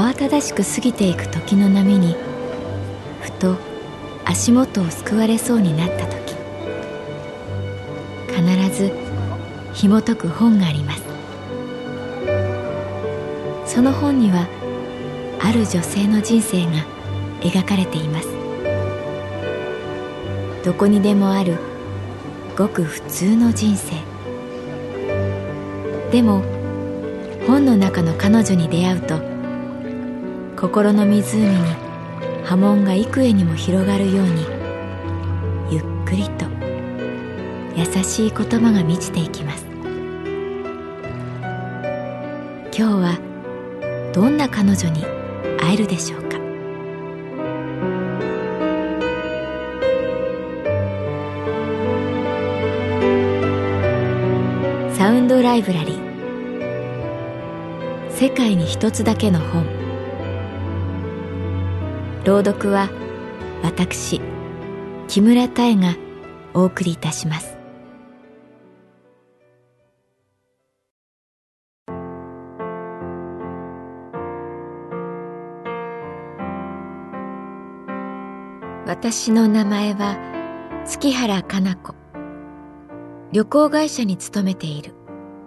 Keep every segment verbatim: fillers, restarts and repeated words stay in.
慌ただしく過ぎていく時の波にふと足元をすくわれそうになった時、必ず紐解く本があります。その本にはある女性の人生が描かれています。どこにでもあるごく普通の人生。でも本の中の彼女に出会うと、心の湖に波紋が幾重にも広がるように、ゆっくりと優しい言葉が満ちていきます。今日はどんな彼女に会えるでしょうか。サウンドライブラリー、世界に一つだけの本。朗読は私木村多江がお送りいたします。私の名前は月原かな子。旅行会社に勤めている。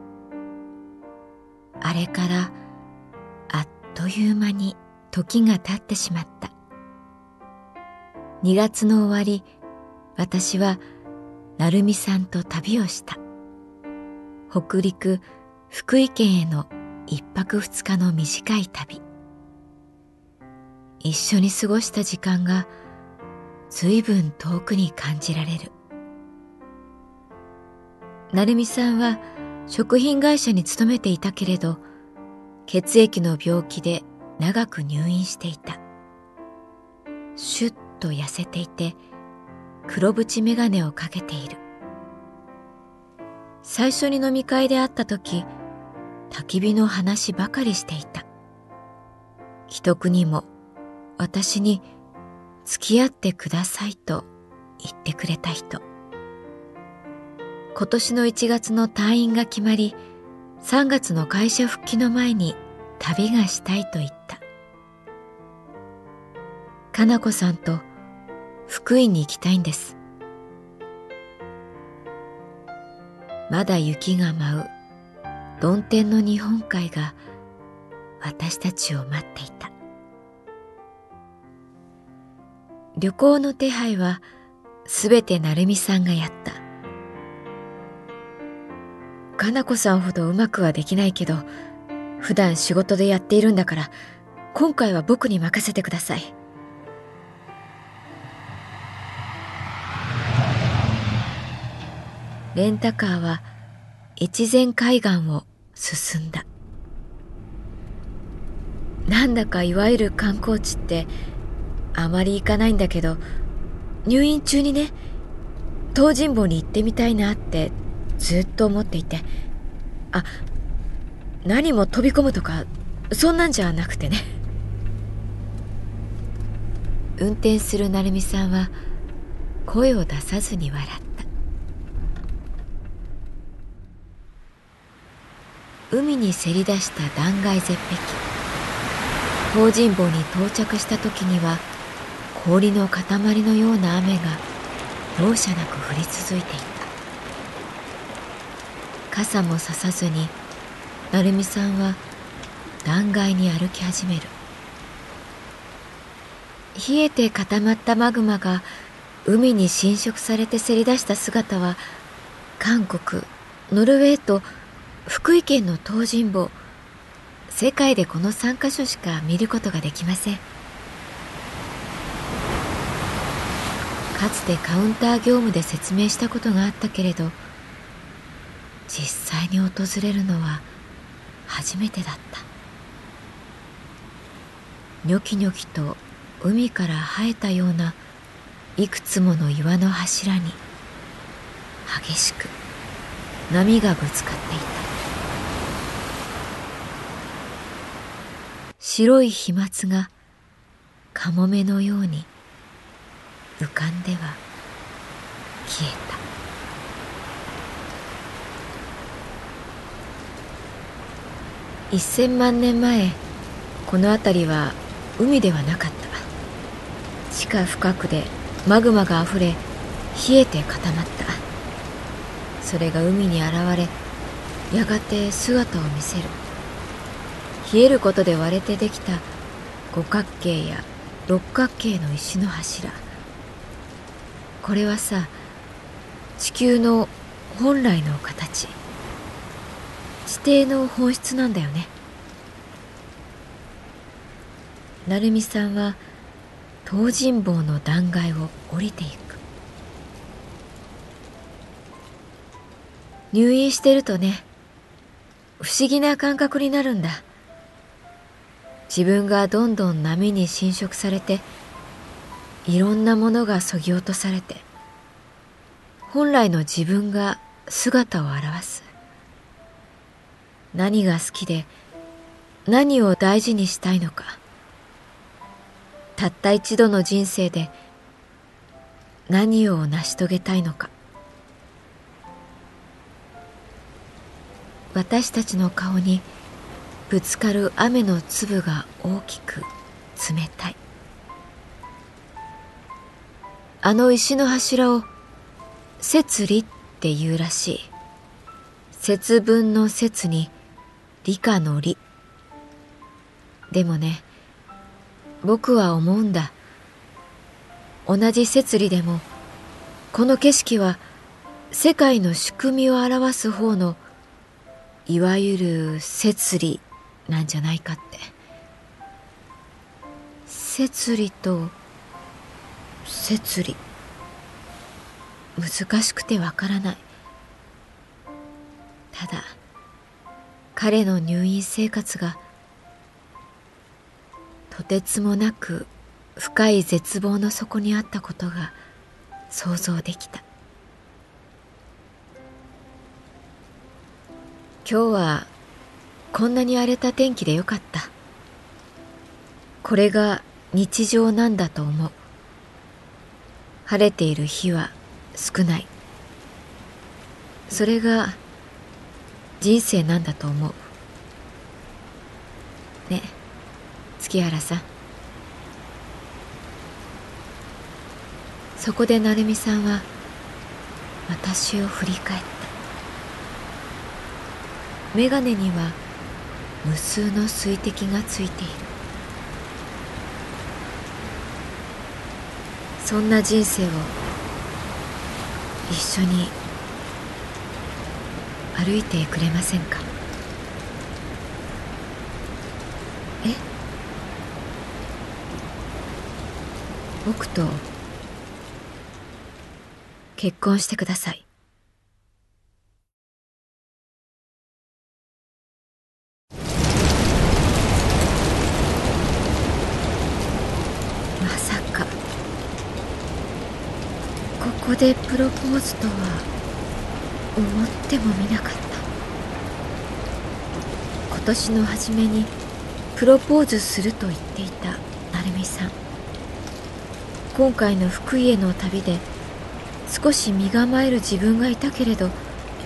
あれからあっという間に時が経ってしまった。にがつの終わり、私は成美さんと旅をした。北陸、福井県への一泊二日の短い旅。一緒に過ごした時間がずいぶん遠くに感じられる。成美さんは食品会社に勤めていたけれど、血液の病気で長く入院していた。シュッと痩せていて、黒縁眼鏡をかけている。最初に飲み会で会った時、焚き火の話ばかりしていた。既得にも私に付き合ってくださいと言ってくれた人。今年のいちがつの退院が決まり、さんがつの会社復帰の前に旅がしたいと言った。かな子さんと福井に行きたいんです。まだ雪が舞う曇天の日本海が私たちを待っていた。旅行の手配はすべて成美さんがやった。かな子さんほどうまくはできないけど、普段仕事でやっているんだから、今回は僕に任せてください。レンタカーは越前海岸を進んだ。なんだかいわゆる観光地ってあまり行かないんだけど、入院中にね、東尋坊に行ってみたいなってずっと思っていて、あ、何も飛び込むとかそんなんじゃなくてね。運転する成美さんは声を出さずに笑った。海にせり出した断崖絶壁。東尋坊に到着した時には氷の塊のような雨が容赦なく降り続いていた。傘もささずに成美さんは断崖に歩き始める。冷えて固まったマグマが海に浸食されてせり出した姿は、韓国、ノルウェーと福井県の東尋坊、世界でこのさんカ所しか見ることができません。かつてカウンター業務で説明したことがあったけれど、実際に訪れるのは初めてだった。ニョキニョキと海から生えたようないくつもの岩の柱に激しく波がぶつかっていた。白い飛沫がカモメのように浮かんでは消えた。一千万年前、 この辺りは海ではなかった。地下深くでマグマがあふれ冷えて固まった。それが海に現れ、やがて姿を見せる。冷えることで割れてできた五角形や六角形の石の柱。これはさ、地球の本来の形、地底の本質なんだよね。成美さんは東尋坊の断崖を降りていく。入院してるとね、不思議な感覚になるんだ。自分がどんどん波に侵食されて、いろんなものが削ぎ落とされて、本来の自分が姿を現す。何が好きで何を大事にしたいのか。たった一度の人生で何を成し遂げたいのか。私たちの顔にぶつかる雨の粒が大きく冷たい。あの石の柱を節理って言うらしい。節分の節に理科の理。でもね、僕は思うんだ。同じ節理でもこの景色は世界の仕組みを表す方のいわゆる節理なんじゃないかって。節理と節理、難しくてわからない。ただ彼の入院生活がとてつもなく深い絶望の底にあったことが想像できた。今日はこんなに荒れた天気でよかった。これが日常なんだと思う。晴れている日は少ない。それが人生なんだと思う。ね、月原さん。そこで成美さんは私を振り返った。眼鏡には無数の水滴がついている。そんな人生を一緒に歩いてくれませんか？え？僕と結婚してください。まさかここでプロポーズとは思ってもみなかった。今年の初めにプロポーズすると言っていた成美さん。今回の福井への旅で少し身構える自分がいたけれど、え、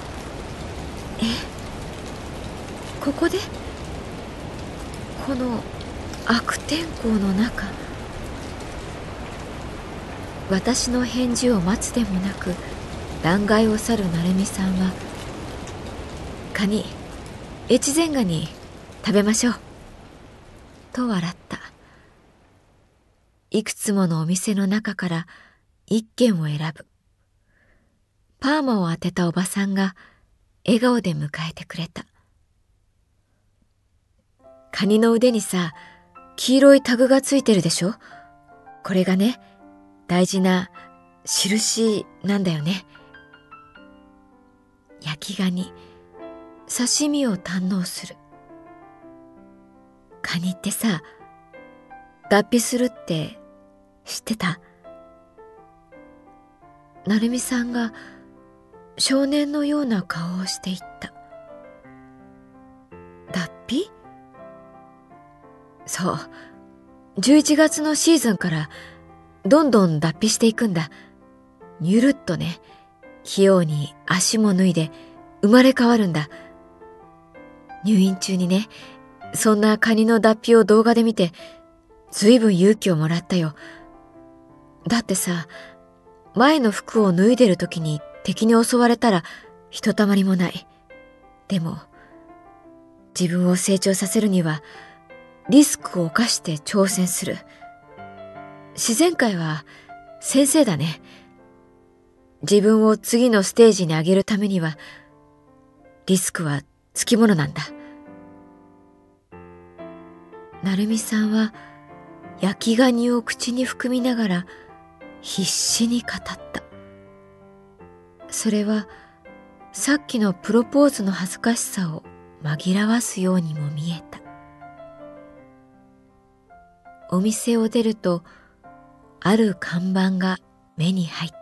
ここでこの悪天候の中、私の返事を待つでもなく断崖を去る成美さんは、カニ、越前ガニ食べましょうと笑った。いくつものお店の中から一軒を選ぶ。パーマを当てたおばさんが笑顔で迎えてくれた。カニの腕にさ、黄色いタグがついてるでしょ。これがね、大事な印なんだよね。焼きガニ、刺身を堪能する。カニってさ、脱皮するって知ってた？成美さんが少年のような顔をしていった。脱皮？そう。じゅういちがつのシーズンからどんどん脱皮していくんだ。にゅるっとね、器用に足も脱いで生まれ変わるんだ。入院中にね、 そんなカニの脱皮を動画で見て、ずいぶん勇気をもらったよ。だってさ、前の服を脱いでる時に敵に襲われたらひとたまりもない。でも、自分を成長させるには、リスクを冒して挑戦する。自然界は先生だね。自分を次のステージに上げるためには、リスクはつきものなんだ。成美さんは焼きガニを口に含みながら必死に語った。それはさっきのプロポーズの恥ずかしさを紛らわすようにも見えた。お店を出ると、ある看板が目に入った。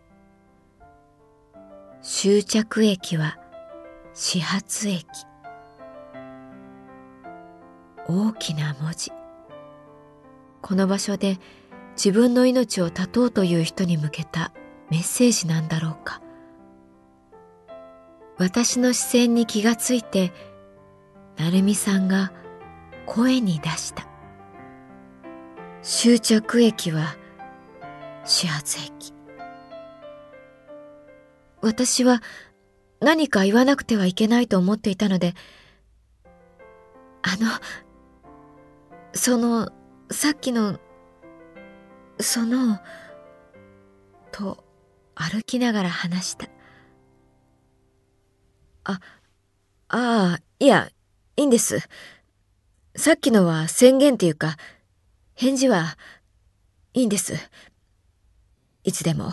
終着駅は始発駅。大きな文字。この場所で自分の命を絶とうという人に向けたメッセージなんだろうか。私の視線に気がついて、成美さんが声に出した。終着駅は始発駅。私は何か言わなくてはいけないと思っていたので、あの、その、さっきの、その、と歩きながら話した。あ、ああ、いや、いいんです。さっきのは宣言っていうか、返事はいいんです。いつでも。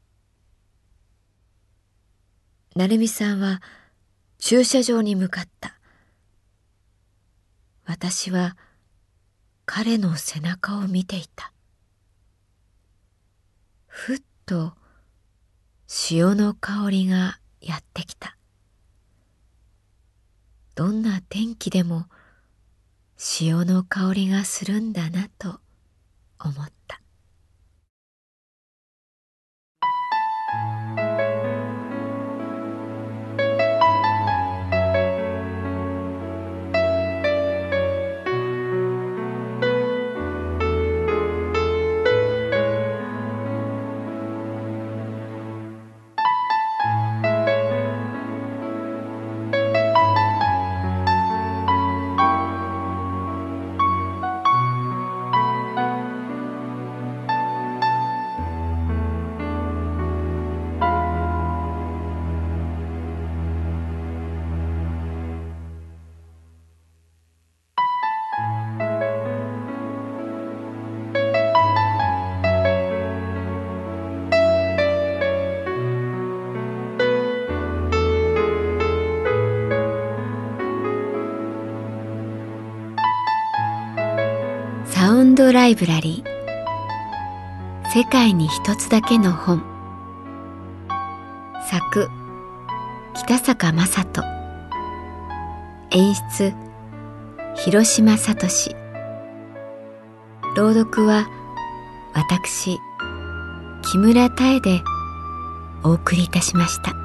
成美さんは駐車場に向かった。私は彼の背中を見ていた。ふっと潮の香りがやってきた。どんな天気でも潮の香りがするんだなと思った。サウンドライブラリー、世界に一つだけの本。作北坂雅人、演出広島聡、朗読は私木村多江でお送りいたしました。